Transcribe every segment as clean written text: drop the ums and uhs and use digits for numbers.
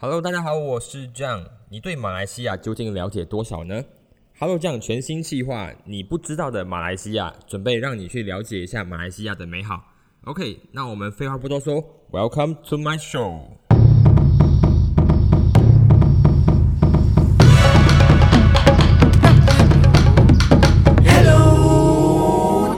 Hello， 大家好，我是 John。你对马来西亚究竟了解多少呢？ Hello John 全新企划，你不知道的马来西亚，准备让你去了解一下马来西亚的美好。OK， 那我们废话不多说 ，Welcome to my show。Hello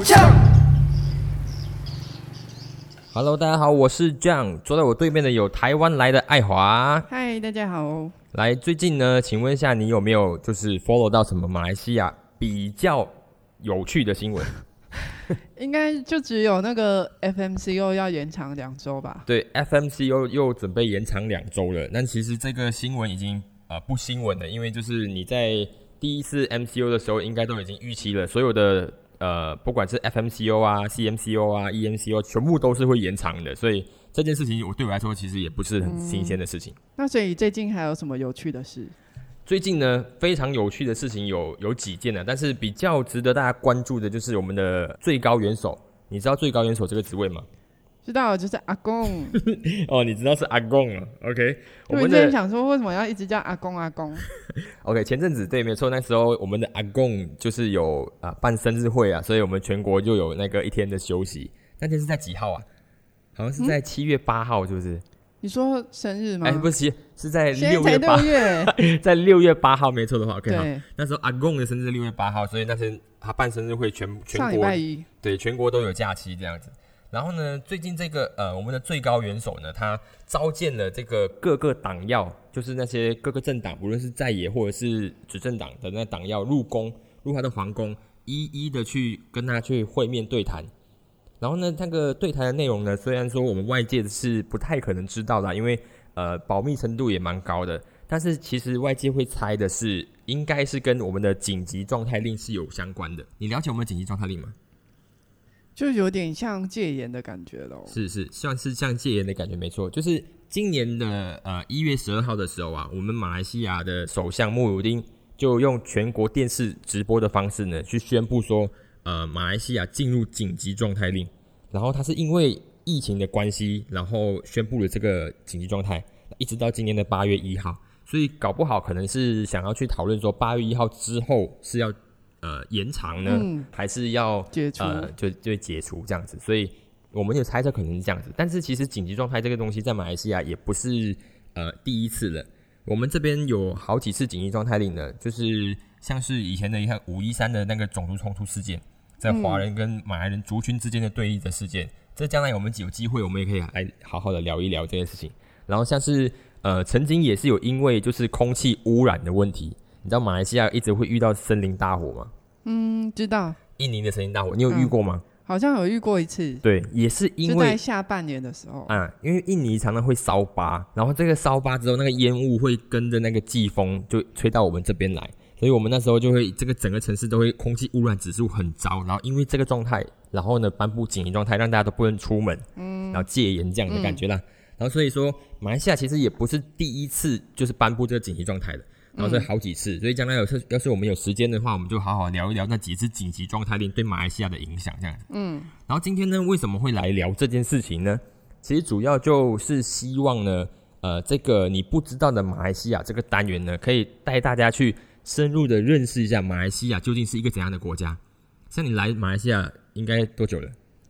John。Hello， 大家好，我是 John。坐在我对面的有台湾来的爱华。 嗨，大家好。 来，最近呢，请问一下，你有没有就是 follow 到什么马来西亚比较有趣的新闻？ 应该就只有那个 FMCO 要延长2周吧？ 对 ，FMCO 又准备延长2周了。但其实这个新闻已经不新闻了，因为就是你在第一次 MCO 的时候，应该都已经预期了，所有的不管是 FMCO 啊、CMCO 啊、EMCO， 全部都是会延长的，所以这件事情对我来说其实也不是很新鲜的事情。 那所以最近还有什么有趣的事？ 最近呢，非常有趣的事情有几件呢，但是比较值得大家关注的就是我们的最高元首。你知道最高元首这个职位吗？ 知道，就是阿公。 哦，你知道是阿公啊 ？OK， 我之前想说为什么要一直叫阿公阿公 ？OK， 前阵子对，没错，那时候我们的阿公就是有办生日会啊，所以我们全国就有那个1天的休息。那天是在几号啊？好像是在7月8号，是不是？ 你说生日吗？ 不是，是在6 月8 号，在6月8号，没错的话 ，OK， 好。那时候阿公的生日6月8号，所以那天他办生日会全国上礼拜一， 对，全国都有假期这样子。然后呢，最近这个我们的最高元首呢，他召见了这个各个党要，就是那些各个政党，无论是在野或者是执政党的那党要入他的皇宫，一一的去跟他去会面对谈。然后呢，那个对谈的内容呢，虽然说我们外界是不太可能知道的，因为保密程度也蛮高的，但是其实外界会猜的是，应该是跟我们的紧急状态令是有相关的。你了解我们的紧急状态令吗？ 就有点像戒严的感觉咯。 是，算是像戒严的感觉，没错。就是今年的1月12号的时候啊，我们马来西亚的首相慕尤丁就用全国电视直播的方式呢，去宣布说，马来西亚进入紧急状态令。然后他是因为疫情的关系，然后宣布了这个紧急状态，一直到今年的8月1号。所以搞不好可能是想要去讨论说8月1号之后是要延长呢，还是要解除就解除这样子。所以我们有猜测可能是这样子。但是其实紧急状态这个东西在马来西亚也不是第一次了。我们这边有好几次紧急状态令呢，就是像是以前的513的那个种族冲突事件，在华人跟马来人族群之间的对立的事件，这将来我们有机会我们也可以来好好的聊一聊这件事情。然后像是曾经也是有因为就是空气污染的问题，你知道马来西亚一直会遇到森林大火吗？ 知道。 印尼的森林大火你有遇过吗？ 好像有遇过一次。 对，也是因为就在下半年的时候因为印尼常常会烧疤，然后这个烧疤之后那个烟雾会跟着那个季风就吹到我们这边来，所以我们那时候就会这个整个城市都会空气污染指数很糟，然后因为这个状态，然后呢颁布紧急状态，让大家都不能出门，然后戒严这样的感觉啦。然后所以说马来西亚其实也不是第一次就是颁布这个紧急状态的，然后是好几次，所以将来要是我们有时间的话，我们就好好聊一聊那几次紧急状态令对马来西亚的影响这样子。然后今天呢，为什么会来聊这件事情呢？其实主要就是希望呢，这个你不知道的马来西亚这个单元呢，可以带大家去深入的认识一下马来西亚究竟是一个怎样的国家。像你来马来西亚应该多久了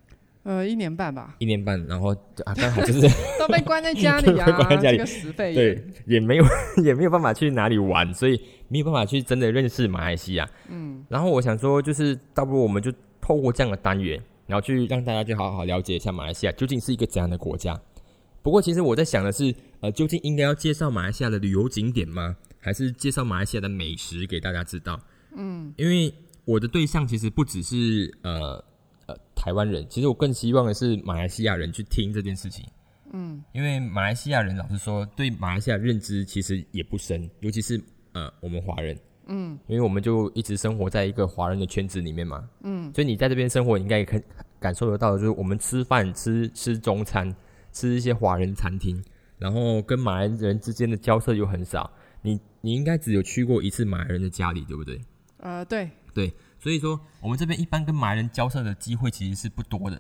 ？1年半吧。 1年半，然后刚好就是都被关在家里啊，关在家里，这个10倍。 对，也没有办法去哪里玩，所以没有办法去真的认识马来西亚。然后我想说，就是倒不如我们就透过这样的单元，然后去让大家去好好了解一下马来西亚究竟是一个怎样的国家。不过其实我在想的是，究竟应该要介绍马来西亚的旅游景点吗？还是介绍马来西亚的美食给大家知道？因为我的对象其实不只是台湾人，其实我更希望的是马来西亚人去听这件事情。因为马来西亚人老实说对马来西亚认知其实也不深，尤其是我们华人。因为我们就一直生活在一个华人的圈子里面嘛。所以你在这边生活，你应该也感受得到的，就是我们吃饭吃中餐，吃一些华人餐厅，然后跟马来人之间的交涉又很少。你应该只有去过一次马来人的家里，对不对？ 对。 所以说我们这边一般跟马来人交涉的机会其实是不多的。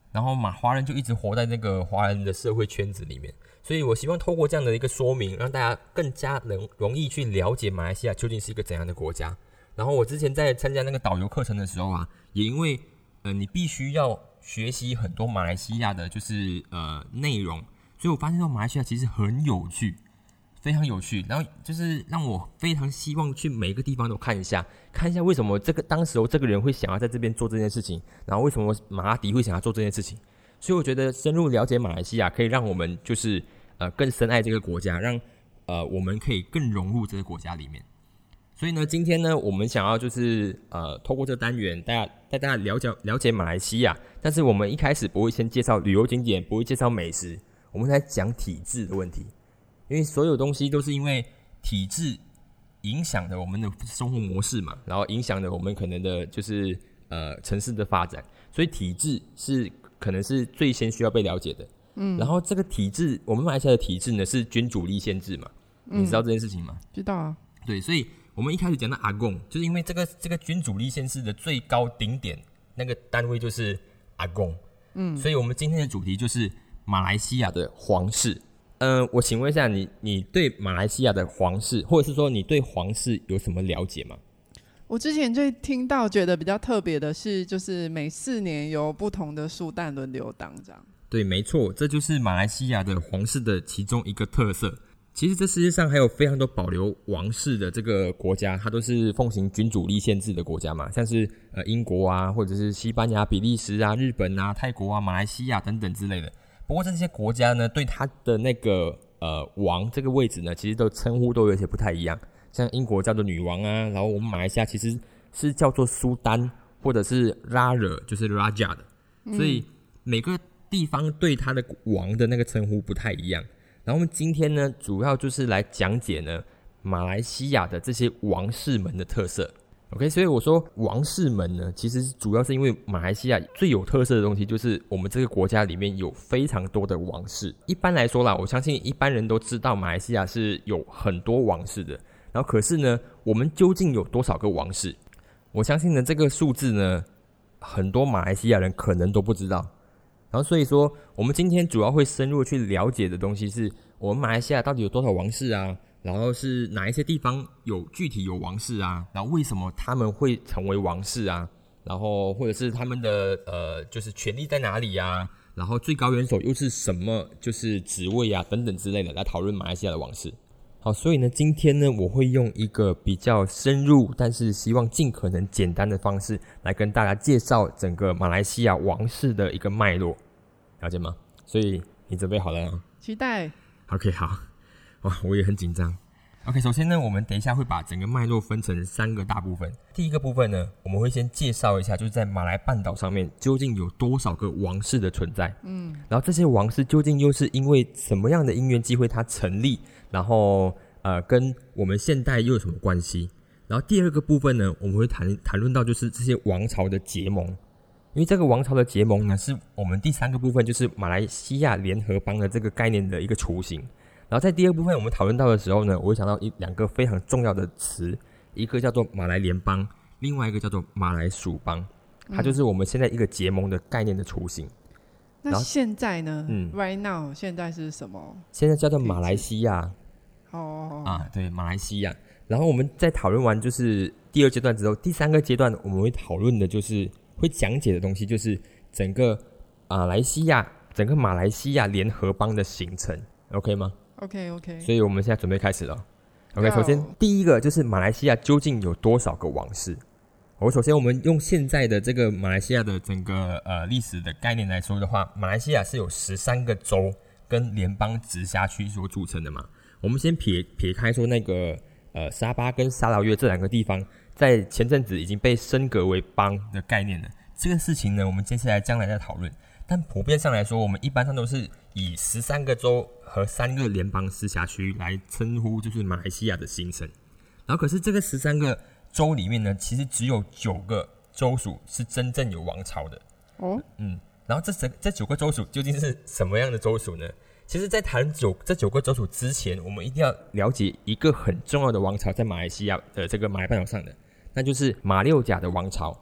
然后华人就一直活在那个华人的社会圈子里面，所以我希望透过这样的一个说明，让大家更加容易去了解马来西亚究竟是一个怎样的国家。然后我之前在参加那个导游课程的时候啊，也因为你必须要学习很多马来西亚的就是内容，所以我发现到马来西亚其实很有趣，非常有趣，然后就是让我非常希望去每个地方都看一下为什么当时这个人会想要在这边做这件事情，然后为什么马拉迪会想要做这件事情。所以我觉得深入了解马来西亚可以让我们就是更深爱这个国家，让我们可以更融入这个国家里面。所以呢，今天呢，我们想要就是透过这个单元带大家了解马来西亚，但是我们一开始不会先介绍旅游景点，不会介绍美食，我们来讲体制的问题。因为所有东西都是因为体制影响的我们的生活模式嘛，然后影响了我们可能的就是城市的发展，所以体制可能是最先需要被了解的。然后这个体制，我们马来西亚的体制呢是君主立宪制嘛，你知道这件事情吗？ 知道啊。 对，所以我们一开始讲到阿贡，就是因为这个君主立宪制的最高顶点那个单位就是阿贡。所以我们今天的主题就是马来西亚的皇室。我请问一下你对马来西亚的皇室，或者是说你对皇室有什么了解吗？ 我之前就听到觉得比较特别的是，就是每4年由不同的苏丹轮流当这样。 对，没错，这就是马来西亚的皇室的其中一个特色。其实这世界上还有非常多保留王室的这个国家，它都是奉行君主立宪制的国家嘛，像是英国啊，或者是西班牙、比利时啊、日本啊、泰国啊、马来西亚等等之类的。不过这些国家呢，对他的那个王这个位置呢，其实都称呼都有一些不太一样。像英国叫做女王啊，然后我们马来西亚其实是叫做苏丹或者是拉惹，就是 Raja 的。所以每个地方对他的王的那个称呼不太一样。然后我们今天呢，主要就是来讲解呢马来西亚的这些王室们的特色。OK， 所以我说王室们呢，其实主要是因为马来西亚最有特色的东西，就是我们这个国家里面有非常多的王室。一般来说啦，我相信一般人都知道马来西亚是有很多王室的。然后可是呢，我们究竟有多少个王室？我相信呢，这个数字呢，很多马来西亚人可能都不知道。然后所以说，我们今天主要会深入去了解的东西是，我们马来西亚到底有多少王室啊？然后是哪一些地方具体有王室啊？然后为什么他们会成为王室啊？然后或者是他们的就是权力在哪里啊？然后最高元首又是什么就是职位啊等等之类的来讨论马来西亚的王室。好，所以呢，今天呢，我会用一个比较深入，但是希望尽可能简单的方式来跟大家介绍整个马来西亚王室的一个脉络，了解吗？所以你准备好了吗？ 期待。 OK， 好。哇，我也很紧张。OK， 首先呢，我们等一下会把整个脉络分成3个大部分。第一个部分呢，我们会先介绍一下，就是在马来半岛上面究竟有多少个王室的存在。然后这些王室究竟又是因为什么样的因缘机会它成立，然后跟我们现代又有什么关系？然后第二个部分呢，我们会谈论到就是这些王朝的结盟。因为这个王朝的结盟呢，是我们第3个部分，就是马来西亚联合邦的这个概念的一个雏形。然后在第二部分我们讨论到的时候呢，我会想到2个非常重要的词，一个叫做马来联邦，另外一个叫做马来属邦，它就是我们现在一个结盟的概念的雏形。 那现在呢？Right now 现在是什么？ 现在叫做马来西亚。对，马来西亚。然后我们在讨论完就是第2阶段之后，第3个阶段我们会讨论的就是会讲解的东西，就是整个马来西亚联合邦的形成 ，OK 吗 ？OK， 所以我们现在准备开始了。OK， 首先第一个就是马来西亚究竟有多少个王室？首先我们用现在的这个马来西亚的整个历史的概念来说的话，马来西亚是有13个州跟联邦直辖区所组成的嘛。我们先撇开说那个沙巴跟沙劳越这2个地方，在前阵子已经被升格为邦的概念了。这个事情呢，我们接下来将来再讨论。但普遍上来说，我们一般上都是以13个州和3个联邦直辖区来称呼，就是马来西亚的形成。然后可是这个13个州里面呢，其实只有9个州属是真正有王朝的。然后这9个州属究竟是什么样的州属呢？其实在谈这9个州属之前，我们一定要了解一个很重要的王朝在马来西亚这个马来半岛上的，那就是马六甲的王朝。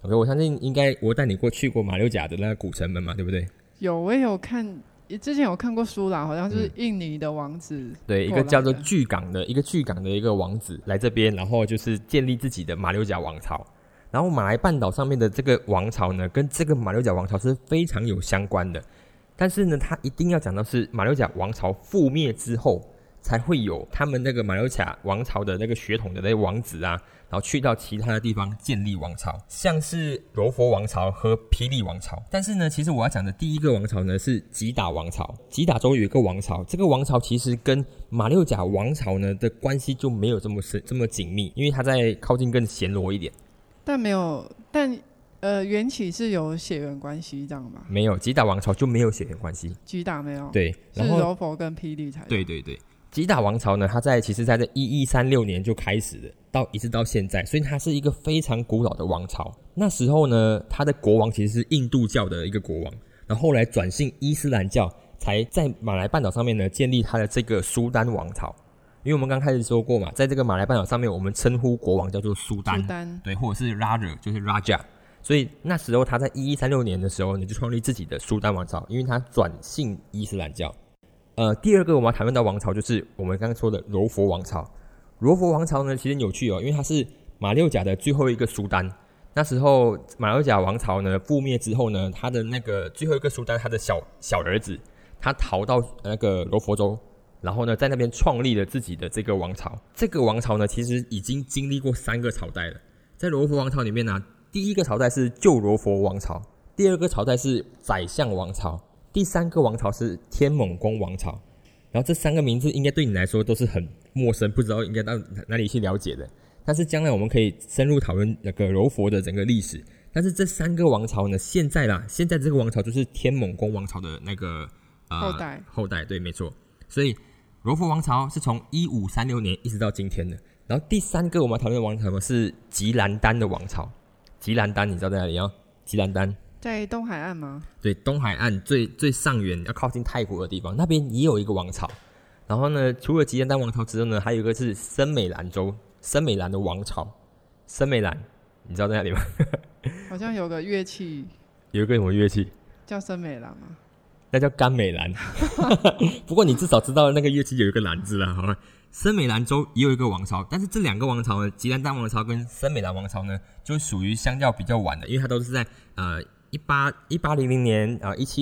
OK， 我相信应该我带你去过马六甲的那个古城门嘛，对不对？ 有，我也有看，之前有看过书啦，好像就是印尼的王子， 对，一个叫做巨港的一个王子来这边，然后就是建立自己的马六甲王朝。然后马来半岛上面的这个王朝呢，跟这个马六甲王朝是非常有相关的。但是呢，他一定要讲到是马六甲王朝覆灭之后，才会有他们那个马六甲王朝的那个血统的那些王子啊，然后去到其他的地方建立王朝，像是柔佛王朝和霹雳王朝。但是呢，其实我要讲的第一个王朝呢是吉打王朝。吉打州有一个王朝，这个王朝其实跟马六甲王朝呢的关系就没有这么紧密，因为它在靠近更暹罗一点。 但没有，缘起是有血缘关系这样吗？ 没有，吉打王朝就没有血缘关系。 吉打没有， 对，然后是柔佛跟霹雳才有。 对对对，吉打王朝呢，它其实在这1136年就开始了，一直到现在，所以它是一个非常古老的王朝。那时候呢，它的国王其实是印度教的一个国王，然后后来转信伊斯兰教，才在马来半岛上面呢建立它的这个苏丹王朝。因为我们刚开始说过嘛，在这个马来半岛上面，我们称呼国王叫做苏丹，对，或者是 Raja， 就是 Raja。所以那时候他在1136年的时候呢，就创立自己的苏丹王朝，因为他转信伊斯兰教。第二个我们要谈论到王朝就是我们刚刚说的柔佛王朝。柔佛王朝呢，其实有趣哦，因为它是马六甲的最后一个苏丹。那时候马六甲王朝呢覆灭之后呢，他的那个最后一个苏丹，他的小儿子，他逃到那个柔佛州。然后呢，在那边创立了自己的这个王朝。这个王朝呢，其实已经经历过3个朝代了。在柔佛王朝里面呢，第一个朝代是旧柔佛王朝，第二个朝代是宰相王朝，第3个王朝是天猛公王朝。然后这3个名字应该对你来说都是很陌生，不知道应该到哪里去了解的。但是将来我们可以深入讨论那个柔佛的整个历史。但是这3个王朝呢，现在这个王朝就是天猛公王朝的那个后代，对，没错。所以柔佛王朝是从1536年一直到今天的。然后第3个我们要讨论的王朝是吉兰丹的王朝。吉兰丹你知道在哪里啊？吉兰丹在东海岸吗？对， 东海岸最上缘要靠近泰国的地方，那边也有一个王朝。然后呢，除了吉兰丹王朝之后呢，还有一个是森美兰州，森美兰的王朝。森美兰你知道在哪里吗？ 好像有个乐器， 有一个什么乐器叫森美兰吗？ 那叫甘美兰。不过你至少知道那个乐器有一个兰字啦。好，森美兰州也有一个王朝，但是这2个王朝呢，吉兰丹王朝跟森美兰王朝呢，就属于相较比较晚的，因为它都是在1800年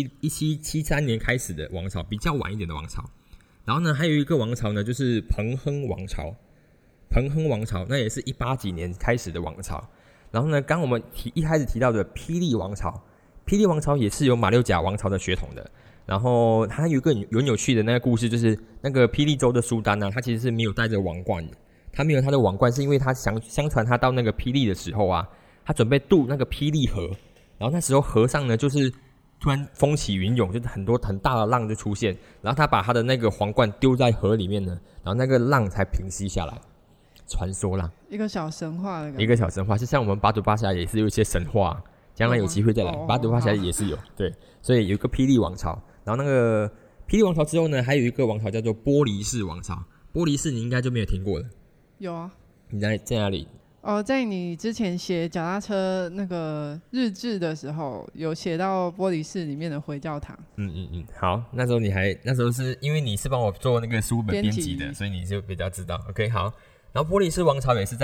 1773年开始的王朝，比较晚一点的王朝。然后呢，还有一个王朝呢，就是彭亨王朝。彭亨王朝那也是18几年开始的王朝。然后呢，刚我们一开始提到的霹雳王朝，霹雳王朝也是有马六甲王朝的血统的。然后它有一个很有趣的那个故事，就是那个霹雳州的苏丹呢，他其实是没有带着王冠的。他没有他的王冠，是因为他相传他到那个霹雳的时候啊，他准备渡那个霹雳河，然后那时候河上呢就是突然风起云涌，就是很多很大的浪就出现，然后他把他的那个皇冠丢在河里面呢，然后那个浪才平息下来。传说啦， 一个小神话的感觉， 一个小神话，就像我们巴祖巴峡也是有一些神话，将来有机会再来，巴祖巴峡也是有，对，所以有一个霹雳王朝。然后那个霹雳王朝之后呢，还有一个王朝叫做玻璃市王朝。玻璃市你应该就没有听过了。有啊。你在哪里？ 在你之前写脚踏车那个日志的时候，有写到玻璃市里面的回教堂。 好，那时候是因为你是帮我做那个书本编辑的，所以你就比较知道。OK， 好。然后玻璃市王朝也是在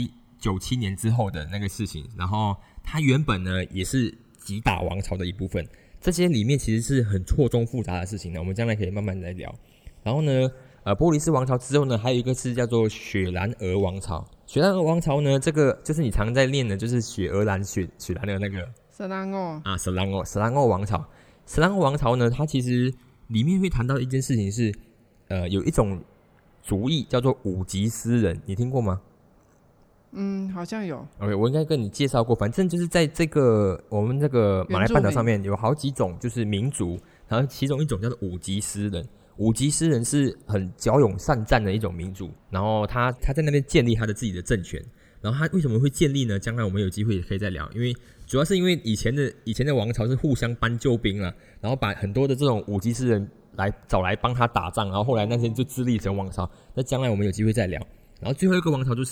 1797年之后的那个事情，然后它原本呢也是吉打王朝的一部分。这些里面其实是很错综复杂的事情呢，我们将来可以慢慢来聊。然后呢，玻璃市王朝之后呢，还有一个是叫做雪兰莪王朝。雪兰莪王朝呢，这个就是你常在念的，就是雪兰的那个色兰莪啊， 色兰莪王朝。色兰莪王朝呢，它其实里面会谈到一件事情是，有一种族裔叫做五吉斯人，你听过吗？ 好像有。 OK， 我应该跟你介绍过。反正就是在这个我们这个马来半岛上面有好几种就是民族，然后其中一种叫做五吉斯人。五吉斯人是很骁勇善战的一种民族，然后他在那边建立他的自己的政权。然后他为什么会建立呢？将来我们有机会也可以再聊。因为主要是因为以前的王朝是互相搬救兵啦，然后把很多的这种五吉斯人找来帮他打仗，然后后来那些就自立成王朝。那将来我们有机会再聊。然后最后一个王朝就是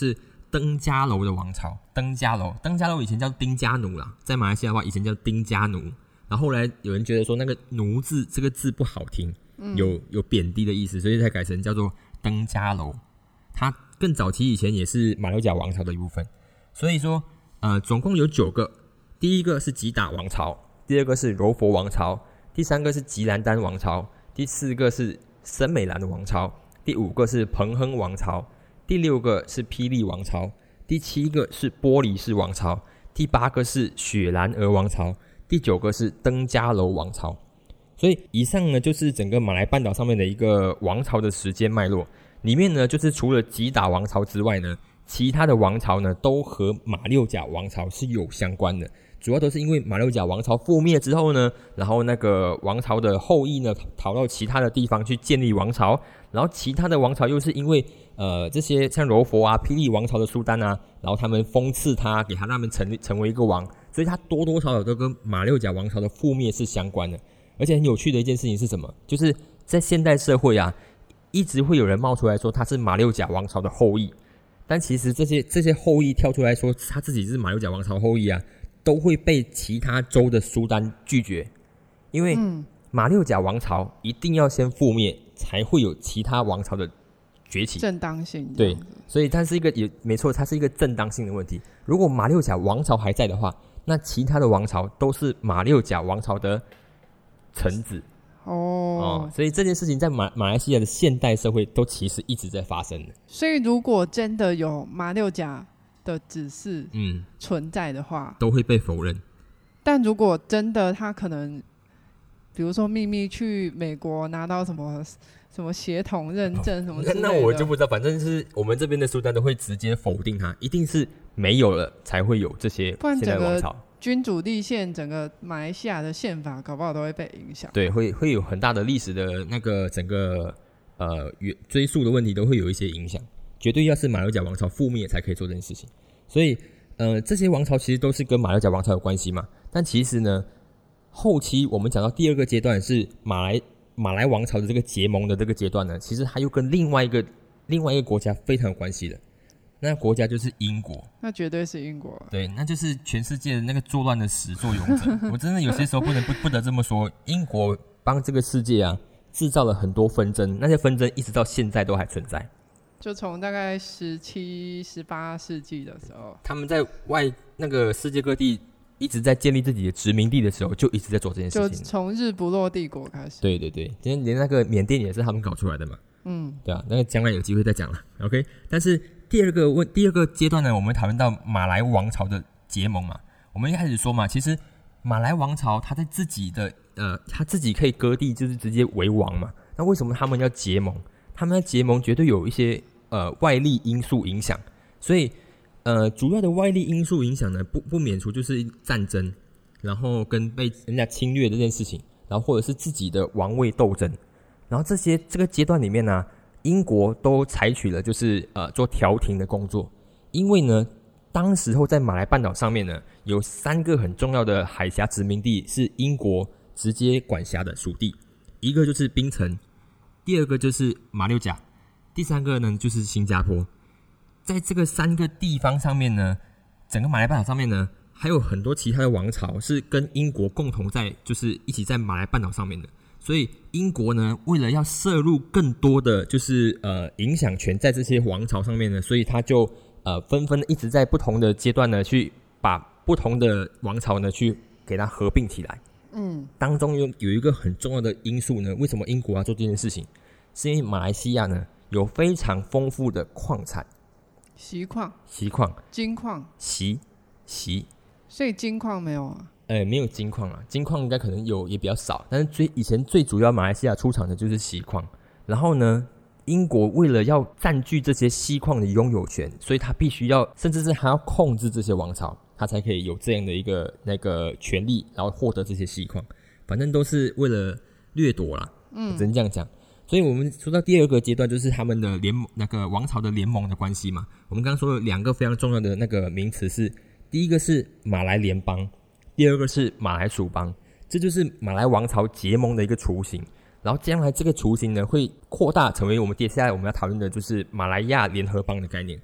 登嘉楼的王朝。登嘉楼以前叫丁家奴啦，在马来西亚的话以前叫丁家奴，然后后来有人觉得说那个奴字这个字不好听，有贬低的意思，所以才改成叫做登嘉楼。它更早期以前也是马六甲王朝的一部分。所以说总共有9个，第一个是吉打王朝，第二个是柔佛王朝，第三个是吉兰丹王朝，第4个是森美兰的王朝，第5个是彭亨王朝，第6个是霹雳王朝，第7个是玻璃市王朝，第8个是雪兰莪王朝，第9个是登嘉楼王朝。所以以上呢就是整个马来半岛上面的一个王朝的时间脉络，里面呢就是除了吉打王朝之外呢，其他的王朝呢都和马六甲王朝是有相关的，主要都是因为马六甲王朝覆灭之后呢，然后那个王朝的后裔呢逃到其他的地方去建立王朝，然后其他的王朝又是因为这些像柔佛啊、霹雳王朝的苏丹啊，然后他们封赐他，给他们成为一个王，所以他多多少少都跟马六甲王朝的覆灭是相关的。而且很有趣的一件事情是什么？就是在现代社会啊，一直会有人冒出来说他是马六甲王朝的后裔，但其实这些后裔跳出来说他自己是马六甲王朝后裔啊，都会被其他州的苏丹拒绝，因为马六甲王朝一定要先覆灭，才会有其他王朝的崛起， 正当性。 对，所以它是一个也没错，它是一个正当性的问题。如果马六甲王朝还在的话，那其他的王朝都是马六甲王朝的臣子。所以这件事情在马来西亚的现代社会都其实一直在发生的。 所以如果真的有马六甲的指示存在的话， 都会被否认。 但如果真的他可能比如说秘密去美国拿到什么协同认证什么之类的， 那我就不知道，反正是我们这边的苏丹都会直接否定它，一定是没有了才会有这些现在的王朝。 君主立宪，整个马来西亚的宪法搞不好都会被影响。 对，会有很大的历史的那个整个追溯的问题都会有一些影响，绝对要是马六甲王朝覆灭才可以做这件事情。所以这些王朝其实都是跟马六甲王朝有关系嘛，但其实呢，后期我们讲到第2个阶段是马来王朝的这个结盟的这个阶段呢，其实它又跟另外一个国家非常有关系的。那国家就是英国。 那绝对是英国。 对，那就是全世界的那个作乱的始作俑者。我真的有些时候不得这么说，英国帮这个世界啊制造了很多纷争，那些纷争一直到现在都还存在。 就从大概17、18世纪的时候， 他们在那个世界各地一直在建立自己的殖民地的时候，就一直在做这件事情。 就从日不落帝国开始。 对对对，今天连那个缅甸也是他们搞出来的嘛。对啊，那个将来有机会再讲了。OK， 但是第二个阶段呢，我们讨论到马来王朝的结盟嘛。我们一开始说嘛，其实马来王朝他在自己的他自己可以割地，就是直接为王嘛。那为什么他们要结盟？他们要结盟绝对有一些外力因素影响，所以主要的外力因素影响呢，不免除就是战争，然后跟被人家侵略这件事情，然后或者是自己的王位斗争，然后这个阶段里面呢，英国都采取了就是做调停的工作，因为呢，当时候在马来半岛上面呢，有3个很重要的海峡殖民地是英国直接管辖的属地，一个就是槟城，第2个就是马六甲，第3个呢就是新加坡。在这个3个地方上面呢，整个马来半岛上面呢，还有很多其他的王朝是跟英国共同就是一起在马来半岛上面的。所以英国呢，为了要摄入更多的就是影响权在这些王朝上面呢，所以他就纷纷一直在不同的阶段呢，去把不同的王朝呢去给它合并起来。当中有一个很重要的因素呢，为什么英国要做这件事情？是因为马来西亚呢有非常丰富的矿产，锡矿、金矿、锡， 所以金矿没有啊？ 没有金矿啊，金矿应该可能有，也比较少。但是以前最主要马来西亚出产的就是锡矿。然后呢，英国为了要占据这些锡矿的拥有权，所以他必须要，甚至是还要控制这些王朝，他才可以有这样的一个那个权利，然后获得这些锡矿。反正都是为了掠夺啦，只能这样讲。所以我们说到第2个阶段，就是他们的那个王朝的联盟的关系嘛。我们刚刚说了2个非常重要的那个名词是，第一个是马来联邦，第2个是马来属邦，这就是马来王朝结盟的一个雏形。然后将来这个雏形呢，会扩大成为我们接下来我们要讨论的就是马来亚联合邦的概念。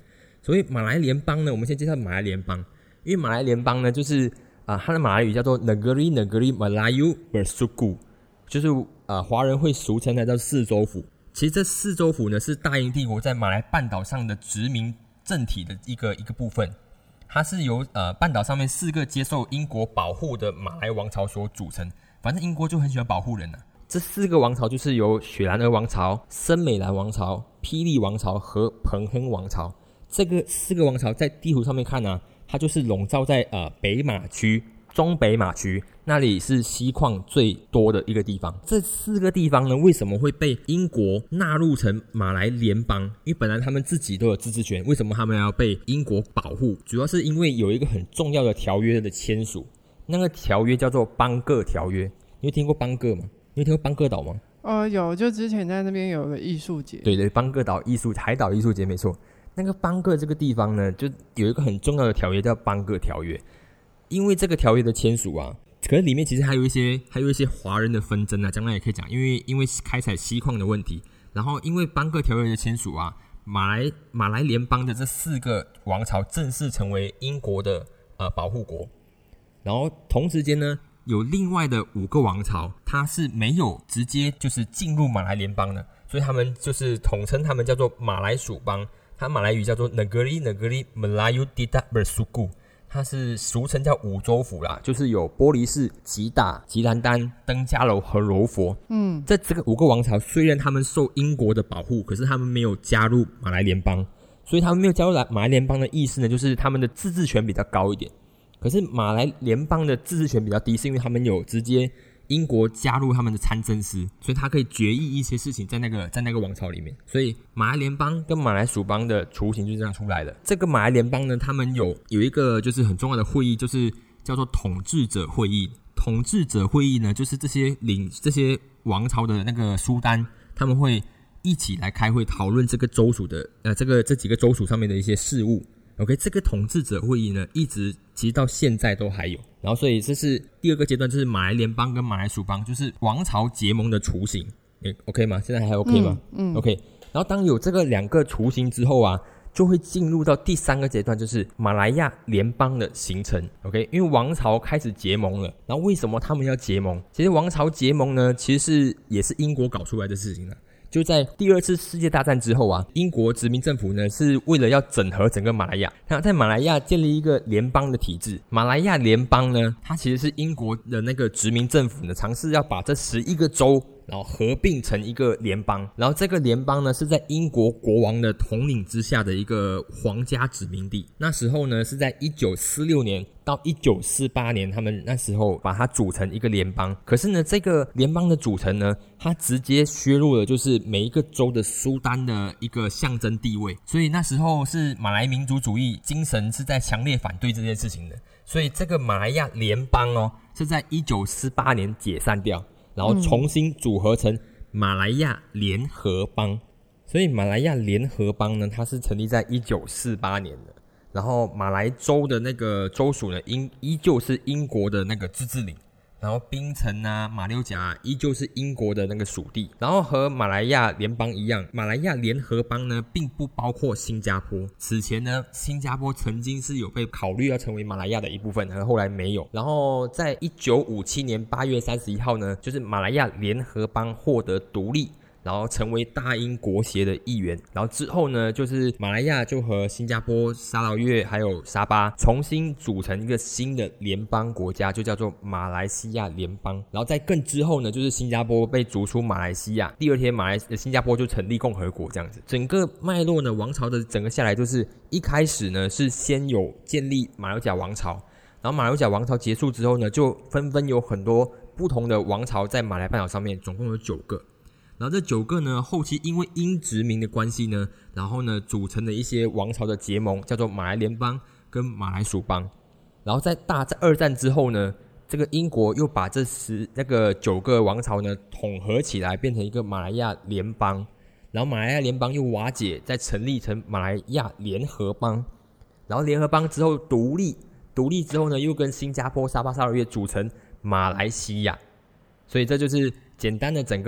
所谓马来联邦呢，我们先介绍马来联邦，因为马来联邦呢，就是它的马来语叫做 Negeri Melayu Bersekutu， 就是华人会俗称它叫四州府。其实这四州府呢，是大英帝国在马来半岛上的殖民政体的一个部分。它是由半岛上面4个接受英国保护的马来王朝所组成。反正英国就很喜欢保护人啊。这4个王朝就是由雪兰莪王朝、森美兰王朝、霹雳王朝和彭亨王朝。这个4个王朝在地图上面看啊，它就是笼罩在北马区、中北马区，那里是锡矿最多的一个地方。这4个地方呢，为什么会被英国纳入成马来联邦？因为本来他们自己都有自治权，为什么他们要被英国保护？主要是因为有一个很重要的条约的签署，那个条约叫做邦各条约。你有听过邦各吗？你有听过邦各岛吗？ 有，就之前在那边有个艺术节。 对，邦各岛海岛艺术节没错。那个邦各这个地方呢，就有一个很重要的条约叫邦各条约。因为这个条约的签署啊，可是里面其实还有一些华人的纷争啊，将来也可以讲，因为开采锡矿的问题，然后因为邦各条约的签署啊，马来联邦的这4个王朝正式成为英国的保护国，然后同时间呢，有另外的5个王朝，它是没有直接就是进入马来联邦的，所以他们就是统称他们叫做马来属邦，它马来语叫做 Negeri Melayu Tidak Bersekutu。它是俗称叫5州府啦，就是有玻璃市、吉打、吉兰丹、登嘉楼和柔佛。这个5个王朝虽然他们受英国的保护，可是他们没有加入马来联邦，所以他们没有加入马来联邦的意思呢，就是他们的自治权比较高一点。可是马来联邦的自治权比较低，是因为他们有直接英国加入他们的参政司，所以他可以决议一些事情在那个王朝里面。所以马来联邦跟马来属邦的雏形就这样出来了。这个马来联邦呢，他们有一个就是很重要的会议，就是叫做统治者会议。统治者会议呢，就是这些王朝的那个苏丹，他们会一起来开会讨论这个州属的这几个州属上面的一些事务。OK， 这个统治者会议呢，一直其实到现在都还有。然后，所以这是第2个阶段，就是马来联邦跟马来属邦，就是王朝结盟的雏形。OK 吗？现在还 OK 吗？OK。然后，当有这个2个雏形之后啊，就会进入到第3个阶段，就是马来亚联邦的形成。OK， 因为王朝开始结盟了。然后，为什么他们要结盟？其实王朝结盟呢，其实也是英国搞出来的事情了。就在第2次世界大战之后啊，英国殖民政府呢是为了要整合整个马来亚，它在马来亚建立一个联邦的体制。马来亚联邦呢，它其实是英国的那个殖民政府呢尝试要把这11个州然后合并成一个联邦，然后这个联邦呢是在英国国王的统领之下的一个皇家殖民地。那时候呢是在1946年到1948年，他们那时候把它组成一个联邦。可是呢，这个联邦的组成呢，它直接削弱了就是每一个州的苏丹的一个象征地位。所以那时候是马来民族主义精神是在强烈反对这件事情的。所以这个马来亚联邦是在1948年解散掉，然后重新组合成马来亚联合邦。所以马来亚联合邦呢，它是成立在1948年的。然后马来州的那个州属呢，依旧是英国的那个自治领。然后槟城啊、马六甲啊，依旧是英国的那个属地。然后和马来亚联邦一样，马来亚联合邦呢，并不包括新加坡。此前呢，新加坡曾经是有被考虑要成为马来亚的一部分，而后来没有。然后在1957年8月31号呢，就是马来亚联合邦获得独立，然后成为大英国协的一员。然后之后呢，就是马来亚就和新加坡、沙劳越还有沙巴重新组成一个新的联邦国家，就叫做马来西亚联邦。然后在更之后呢，就是新加坡被逐出马来西亚，第2天新加坡就成立共和国这样子。整个脉络呢，王朝的整个下来就是一开始呢是先有建立马六甲王朝，然后马六甲王朝结束之后呢，就纷纷有很多不同的王朝在马来半岛上面，总共有9个。然后这9个呢，后期因为英殖民的关系呢，然后呢组成了一些王朝的结盟，叫做马来联邦跟马来属邦。然后在2战之后呢，这个英国又把那个9个王朝呢统合起来，变成一个马来亚联邦。然后马来亚联邦又瓦解，再成立成马来亚联合邦。然后联合邦之后独立之后呢，又跟新加坡、沙巴、沙劳越组成马来西亚。所以这就是简单的整个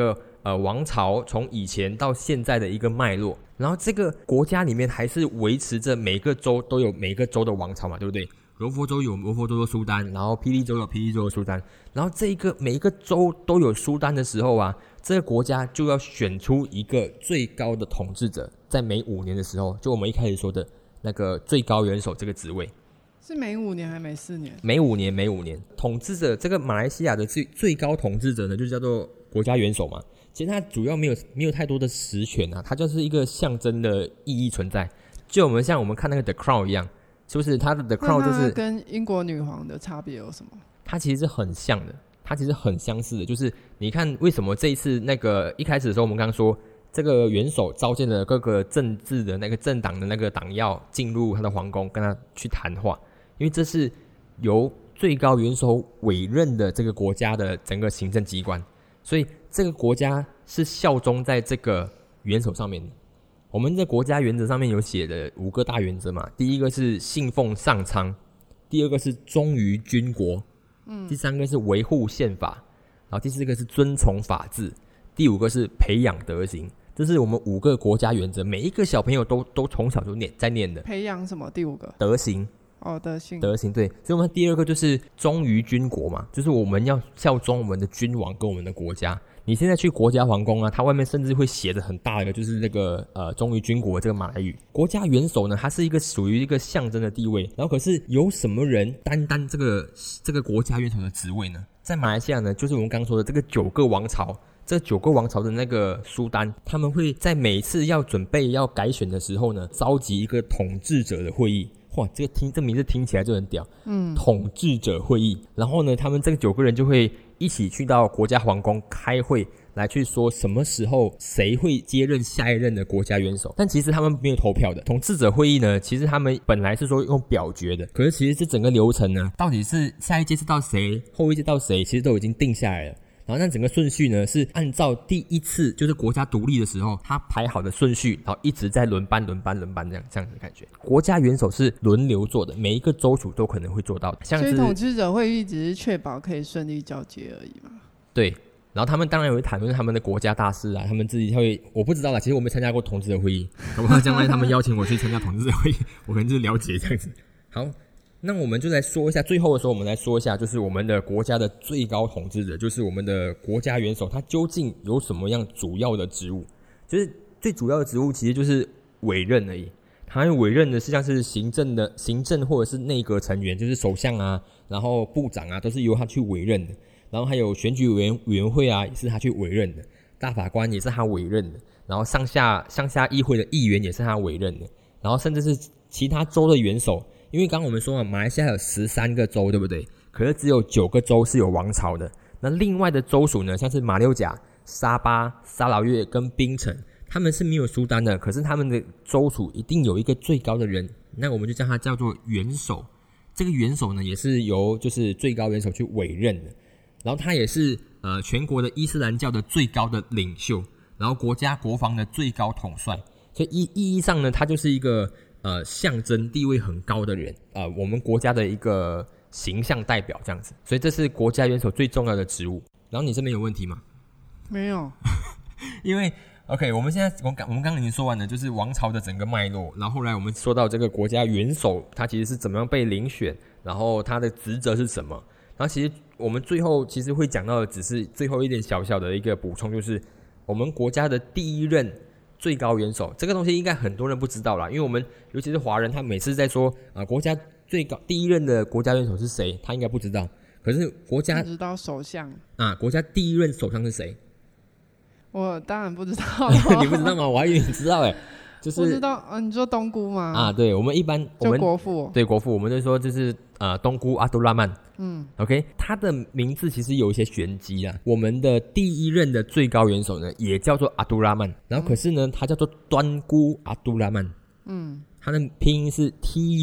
王朝从以前到现在的一个脉络，然后这个国家里面还是维持着每个州都有每个州的王朝嘛，对不对？罗佛州有罗佛州的苏丹，然后霹雳州有霹雳州的苏丹，然后每一个州都有苏丹的时候啊，这个国家就要选出一个最高的统治者，在每5年的时候，就我们一开始说的那个最高元首这个职位。 是每5年还是每4年？ 每5年。统治者这个马来西亚的最高统治者呢，就叫做国家元首嘛。其实它主要没有太多的实权啊，它就是一个象征的意义存在。就像我们看那个 The Crown 一样，是不是？它的 The Crown 就是跟英国女皇的差别有什么？ 它其实是很像的，它其实很相似的。就是你看为什么这一次那个一开始的时候，我们刚刚说这个元首召见了各个政治的那个政党的那个党要进入他的皇宫跟他去谈话，因为这是由最高元首委任的这个国家的整个行政机关，所以这个国家是效忠在这个元首上面的。我们的国家原则上面有写的5个大原则嘛，第一个是信奉上苍，第二个是忠于军国，第3个是维护宪法，然后第4个是遵从法治，第5个是培养德行。这是我们5个国家原则，每一个小朋友都从小就在念的。 培养什么？第5个德行。德行对，所以我们第2个就是忠于军国嘛，就是我们要效忠我们的君王跟我们的国家。你现在去国家皇宫啊，它外面甚至会写的很大一个，就是那个忠于军国这个马来语。国家元首呢，它是一个属于一个象征的地位，然后可是有什么人担这个国家元首的职位呢？在马来西亚呢，就是我们刚刚说的这个9个王朝。这9个王朝的那个苏丹，他们会在每次要准备要改选的时候呢，召集一个统治者的会议。哇，这名字听起来就很屌。统治者会议。然后呢，他们这个9个人就会一起去到国家皇宫开会，来去说什么时候谁会接任下一任的国家元首。但其实他们没有投票的。统治者会议呢，其实他们本来是说用表决的，可是其实这整个流程呢，到底是下一届是到谁，后一届到谁，其实都已经定下来了。然后那整个顺序呢，是按照第一次就是国家独立的时候他排好的顺序，然后一直在轮班这样的感觉。国家元首是轮流做的，每一个州属都可能会做到的。像是所以统治者会议只是确保可以顺利交接而已嘛。 对，然后他们当然也会谈论他们的国家大事啊，他们自己会，我不知道啦，其实我没参加过统治者会议，搞不好将来他们邀请我去参加统治者会议，我可能就是了解这样子。好。那我们就来说一下，最后的时候我们来说一下，就是我们的国家的最高统治者，就是我们的国家元首，他究竟有什么样主要的职务？就是最主要的职务其实就是委任而已。他委任的实际上是行政或者是内阁成员，就是首相啊，然后部长啊，都是由他去委任的。然后还有选举委员会啊，也是他去委任的。大法官也是他委任的。然后上下议会的议员也是他委任的。然后甚至是其他州的元首。因为刚刚我们说嘛，马来西亚有13个州，对不对？可是只有9个州是有王朝的。那另外的州属呢，像是马六甲、沙巴、沙劳越跟槟城，他们是没有苏丹的，可是他们的州属一定有一个最高的人，那我们就叫他叫做元首。这个元首呢，也是由就是最高元首去委任的。然后他也是全国的伊斯兰教的最高的领袖，然后国家国防的最高统帅。所以意义上呢，他就是一个象征地位很高的人，我们国家的一个形象代表这样子，所以这是国家元首最重要的职务。然后你这边有问题吗？ 没有， 因为 OK， 我们刚刚已经说完了，就是王朝的整个脉络，然后后来我们说到这个国家元首，他其实是怎么样被遴选，然后他的职责是什么。然后其实我们最后其实会讲到的只是最后一点小小的一个补充，就是我们国家的第一任最高元首，这个东西应该很多人不知道啦，因为我们尤其是华人，他每次在说国家第一任的国家元首是谁，他应该不知道。可是国家知道首相国家第一任首相是谁？ 我当然不知道。 你不知道吗？我还以为你知道就是我知道你说东姑吗？ 对，我们一般就国父， 对国父，我们就说就是东姑阿杜拉曼。OK， 他的名字其实有一些玄机啦。我们的第一任的最高元首呢，也叫做阿杜拉曼，然后可是呢，他叫做端姑阿杜拉曼。他的拼音是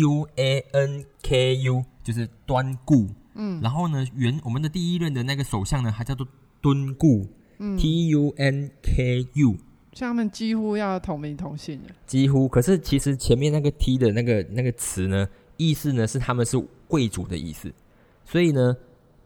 TUANKU， 就是端固。然后呢，我们的第一任的那个首相呢，他叫做敦固。TUNKU， 像他们几乎要同名同姓的， 几乎。可是其实前面那个 T 的那个词呢，意思呢是他们是贵族的意思，所以呢，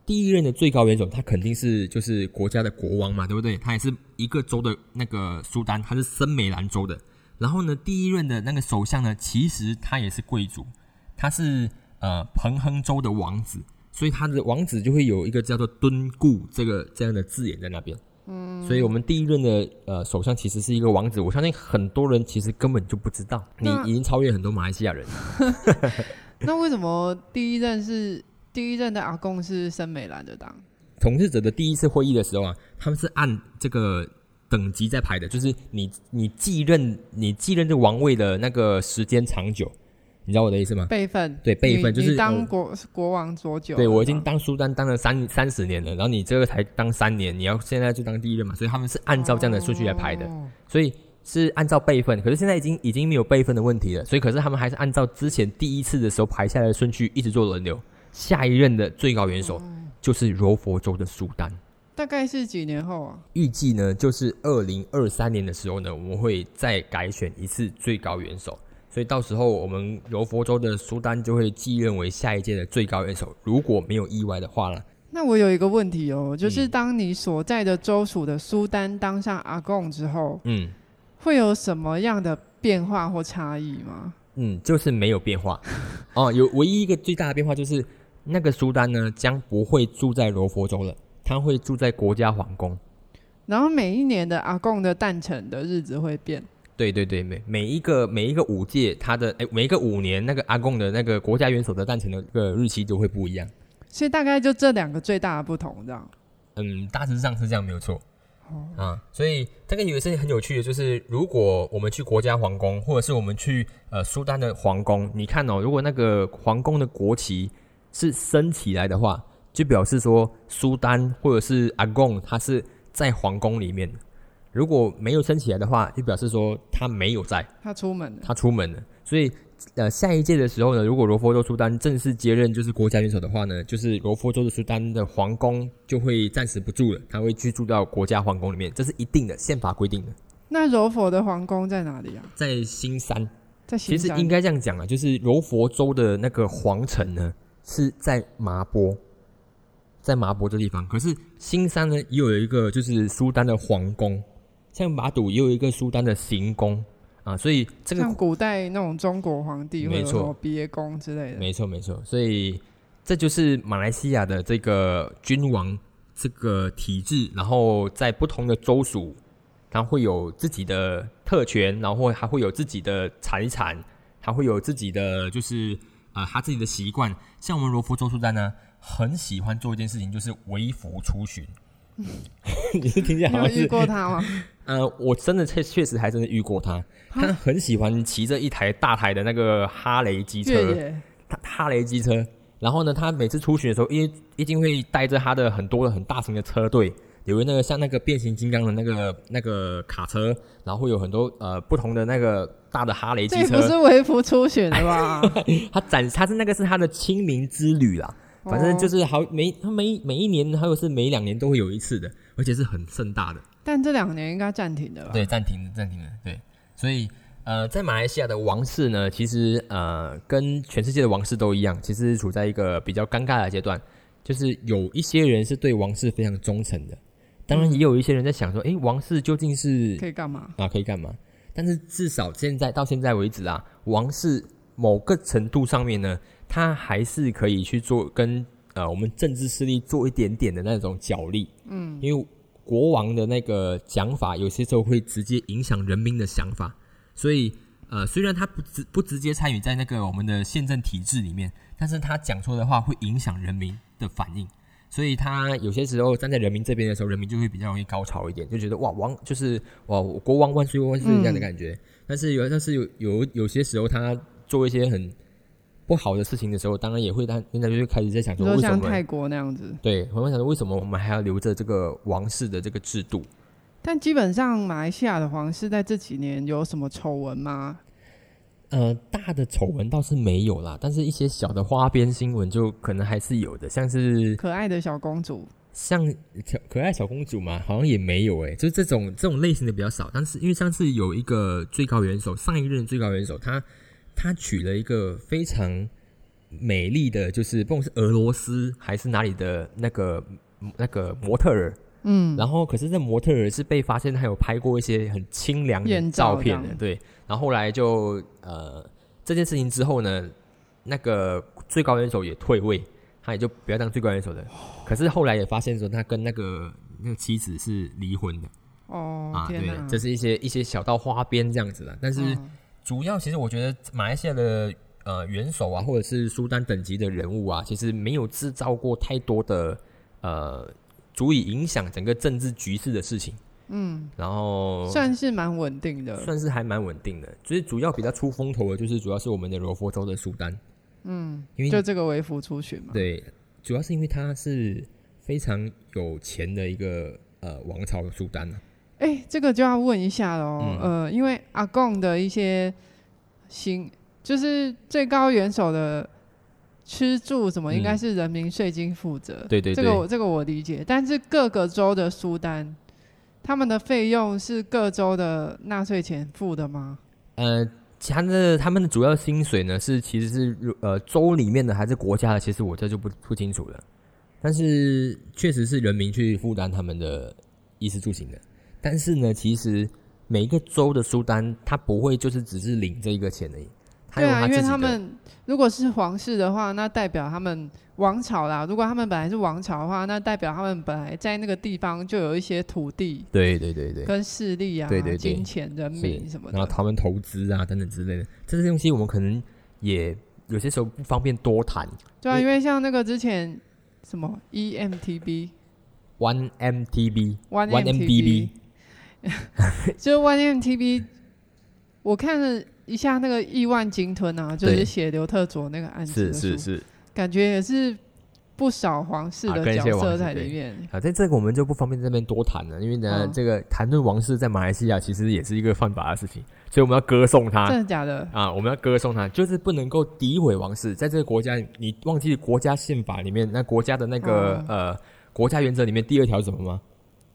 第一任的最高元首他肯定是就是国家的国王嘛，对不对？他也是一个州的那个苏丹，他是森美兰州的。然后呢，第一任的那个首相呢，其实他也是贵族，他是彭亨州的王子，所以他的王子就会有一个叫做敦固这样的字眼在那边。所以我们第一任的首相其实是一个王子，我相信很多人其实根本就不知道，你已经超越很多马来西亚人。 那为什么第一任的阿贡是森美兰的党？ 统治者的第一次会议的时候啊，他们是按这个等级在排的，就是你继任这个王位的那个时间长久，你知道我的意思吗？ 辈分， 对，辈分就是你当国王多久？ 对，我已经当苏丹当了30年了，然后你这个才当3年，你要现在就当第一任嘛，所以他们是按照这样的顺序来排的，所以是按照辈分。可是现在已经没有辈分的问题了，所以可是他们还是按照之前第一次的时候排下来的顺序一直做轮流。下一任的最高元首就是柔佛州的苏丹。 大概是几年后啊？ 预计呢，就是2023年的时候呢，我们会再改选一次最高元首，所以到时候我们柔佛州的苏丹就会继任为下一届的最高元首，如果没有意外的话啦。 那我有一个问题哦，就是当你所在的州属的苏丹当上阿贡之后，会有什么样的变化或差异吗？ 就是没有变化哦。有唯一一个最大的变化就是那个苏丹呢，将不会住在柔佛州了。他会住在国家皇宫， 然后每一年的阿贡的诞辰的日子会变。 对对对，每一个5届，他的每一个5年，那个阿贡的那个国家元首的诞辰的个日期都会不一样。 所以大概就这2个最大的不同，这样。 大致上是这样，没有错。所以这个也是很有趣的，就是如果我们去国家皇宫，或者是我们去苏丹的皇宫，你看哦，如果那个皇宫的国旗是升起来的话，就表示说苏丹或者是阿贡他是在皇宫里面的。如果没有升起来的话，就表示说他没有在，他出门了。所以下一届的时候呢，如果柔佛州苏丹正式接任就是国家元首的话呢，就是柔佛州的苏丹的皇宫就会暂时不住了，他会居住到国家皇宫里面，这是一定的，宪法规定的。 那柔佛的皇宫在哪里啊？ 在新山。其实应该这样讲啊，就是柔佛州的那个皇城呢是在麻波。在麻波这地方，可是新山呢也有一个就是苏丹的皇宫，像马祖也有一个苏丹的行宫啊，所以这个像古代那种中国皇帝会有什么别宫之类的， 没错，所以这就是马来西亚的这个君王这个体制，然后在不同的州属，它会有自己的特权，然后还会有自己的财产，它会有自己的就是他自己的习惯，像我们柔佛州苏丹呢。很喜欢做一件事情，就是微服出巡。你是听见好像是？ 你有遇过他吗？ 我真的确实还真的遇过他。他很喜欢骑着一台大台的那个哈雷机车，哈雷机车。然后呢，他每次出巡的时候，一定会带着他的很多的很大型的车队，有那个像那个变形金刚的那个卡车，然后会有很多不同的那个大的哈雷机车。 这不是微服出巡的吧？ 他是那个是他的清明之旅啦。反正就是每一年，还有是每2年都会有一次的，而且是很盛大的。 但这2年应该暂停的吧？ 对，暂停了。对，所以在马来西亚的王室呢，其实跟全世界的王室都一样，其实处在一个比较尴尬的阶段，就是有一些人是对王室非常忠诚的，当然也有一些人在想说，王室究竟是可以干嘛？ 可以干嘛？但是至少到现在为止啊，王室某个程度上面呢。他还是可以去做跟我们政治势力做一点点的那种角力，因为国王的那个讲法有些时候会直接影响人民的想法，所以虽然他不直接参与在那个我们的宪政体制里面，但是他讲错的话会影响人民的反应，所以他有些时候站在人民这边的时候，人民就会比较容易高潮一点，就觉得哇就是哇国王万岁万岁这样的感觉，但是有些时候他做一些很不好的事情的时候，当然也会，现在就会开始在想说，为什么像泰国那样子？ 对，我们想说，为什么我们还要留着这个王室的这个制度？ 但基本上，马来西亚的皇室在这几年有什么丑闻吗？ 大的丑闻倒是没有啦，但是一些小的花边新闻就可能还是有的，像是可爱的小公主， 像可爱小公主嘛，好像也没有就是这种类型的比较少。但是因为上次有一个最高元首，上一任最高元首他娶了一个非常美丽的，就是不管是俄罗斯还是哪里的那个模特儿，然后可是这模特儿是被发现他有拍过一些很清凉的照片的，对，然后后来就这件事情之后呢，那个最高元首也退位，他也就不要当最高元首的。可是后来也发现说，他跟那个妻子是离婚的。对，这是一些小到花边这样子啦。但是主要其实我觉得马来西亚的元首啊，或者是苏丹等级的人物啊，其实没有制造过太多的足以影响整个政治局势的事情。然后算是蛮稳定的， 算是还蛮稳定的。就是主要比较出风头的，就是主要是我们的柔佛州的苏丹。因为就这个微服出巡嘛。 对，主要是因为他是非常有钱的一个王朝的苏丹啊。 这个就要问一下咯。因为阿贡的一些就是最高元首的吃住什么，应该是人民税金负责。 对对对， 这个我理解。但是各个州的苏丹，他们的费用是各州的纳税钱付的吗？ 他们的主要薪水呢，其实是州里面的还是国家的，其实我这就不清楚了。但是确实是人民去负担他们的衣食住行的。但是呢，其实每一个州的苏丹，他不会就是只是领这一个钱而已。 对啊，因为他们如果是皇室的话，那代表他们王朝啦。如果他们本来是王朝的话，那代表他们本来在那个地方就有一些土地， 对对对对， 跟势力啊，对金钱、人民什么的， 然后他们投资啊等等之类的，这些东西我们可能也有些时候不方便多谈。 对啊，因为像那个之前什么 1MTB，就 1MTB， 我看了一下那个亿万鲸吞啊，就是写刘特佐那个案子的书，是，感觉也是不少皇室的角色在里面。 在这个我们就不方便在这边多谈了，因为呢，这个谈论王室在马来西亚其实也是一个犯法的事情，所以我们要歌颂他。 真的假的？ 我们要歌颂他，就是不能够诋毁王室。在这个国家，你忘记国家宪法里面那国家的那个国家原则里面第2条是什么吗？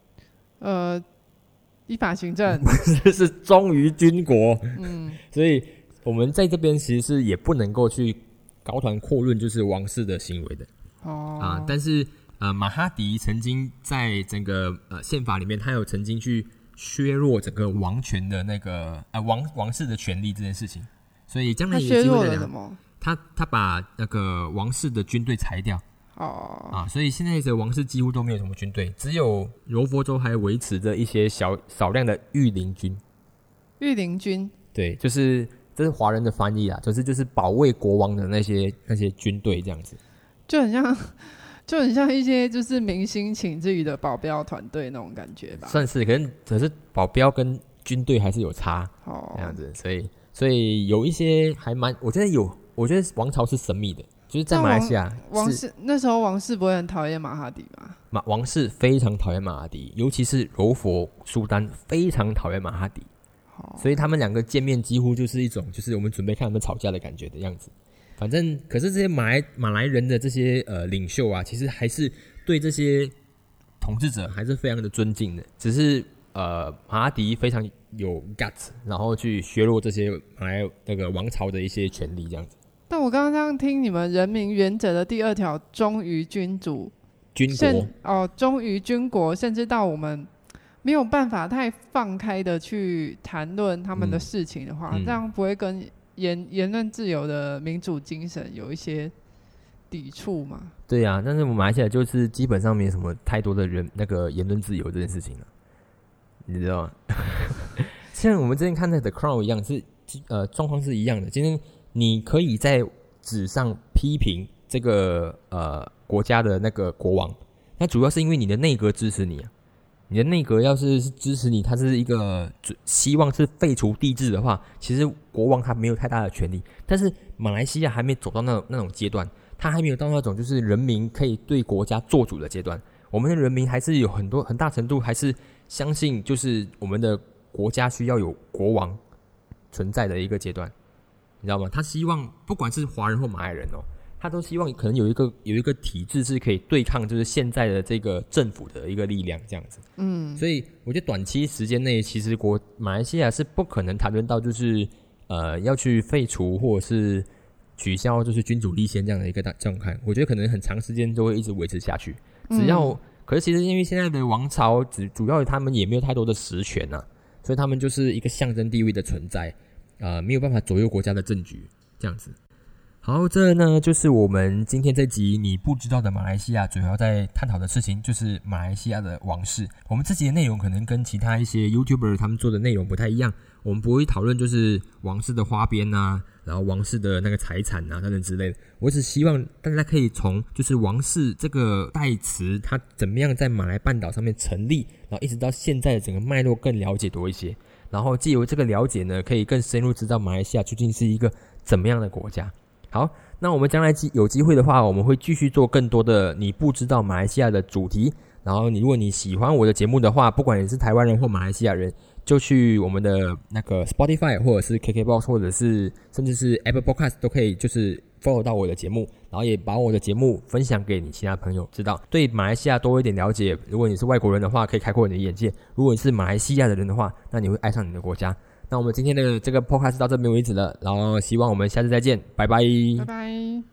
依法行政是忠于军国。所以我们在这边其实是也不能够去高谈阔论就是王室的行为的。但是马哈迪曾经在整个宪法里面，他有曾经去削弱整个王权的那个王室的权利这件事情，所以将来有机会再聊。他把那个王室的军队裁掉。所以现在的王室几乎都没有什么军队，只有柔佛州还维持着一些少量的御林军。 御林军， 对，这是华人的翻译啦，就是保卫国王的那些军队这样子，就很像一些就是明星请自己的保镖团队那种感觉吧。 算是，可是保镖跟军队还是有差这样子，所以有一些还蛮，我觉得王朝是神秘的。就是在马来西亚， 那时候王室不会很讨厌马哈迪吗？ 王室非常讨厌马哈迪，尤其是柔佛苏丹非常讨厌马哈迪，所以他们两个见面几乎就是一种就是我们准备看他们吵架的感觉的样子。反正可是这些马来人的这些领袖啊，其实还是对这些统治者还是非常的尊敬的，只是马哈迪非常有 guts， 然后去削弱这些马来那个王朝的一些权利这样子。 但我刚刚这样听你们人民原则的第2条，忠于君主、 军国忠于军国，甚至到我们没有办法太放开的去谈论他们的事情的话，这样不会跟言论自由的民主精神有一些抵触吗？ 对啊，但是我们马来西亚就是基本上没什么太多的那个言论自由这件事情了，你知道吗？像我们之前看的 The Crown 一样，是状况是一样的。今天你可以在纸上批评这个国家的那个国王，那主要是因为你的内阁支持你啊。你的内阁要是支持你，他是一个希望是废除帝制的话，其实国王他没有太大的权利。但是马来西亚还没走到那种阶段，他还没有到那种就是人民可以对国家做主的阶段。我们的人民还是有很大程度还是相信，就是我们的国家需要有国王存在的一个阶段。你知道吗？他希望不管是华人或马来人他都希望可能有一个体制是可以对抗就是现在的这个政府的一个力量这样子。所以我觉得短期时间内，其实马来西亚是不可能谈论到就是要去废除或者是取消就是君主立宪这样的一个状态，我觉得可能很长时间都会一直维持下去。只要可是其实因为现在的王朝主要他们也没有太多的实权啊，所以他们就是一个象征地位的存在，没有办法左右国家的政局这样子。好，这呢就是我们今天这集你不知道的马来西亚主要在探讨的事情，就是马来西亚的王室。我们这集的内容可能跟其他一些 YouTuber 他们做的内容不太一样，我们不会讨论就是王室的花边啊，然后王室的那个财产啊等等之类的。我只希望大家可以从就是王室这个代词它怎么样在马来半岛上面成立，然后一直到现在的整个脉络更了解多一些，然后藉由这个了解呢，可以更深入知道马来西亚究竟是一个怎么样的国家。好，那我们将来有机会的话，我们会继续做更多的你不知道马来西亚的主题。然后如果你喜欢我的节目的话，不管你是台湾人或马来西亚人，就去我们的那个 Spotify 或者是 KKBOX 或者是甚至是 Apple Podcast 都可以就是follow 到我的节目，然后也把我的节目分享给你其他朋友知道，对马来西亚多一点了解。如果你是外国人的话，可以开阔你的眼界；如果你是马来西亚的人的话，那你会爱上你的国家。那我们今天的这个 podcast 到这边为止了，然后希望我们下次再见，拜拜。 拜拜。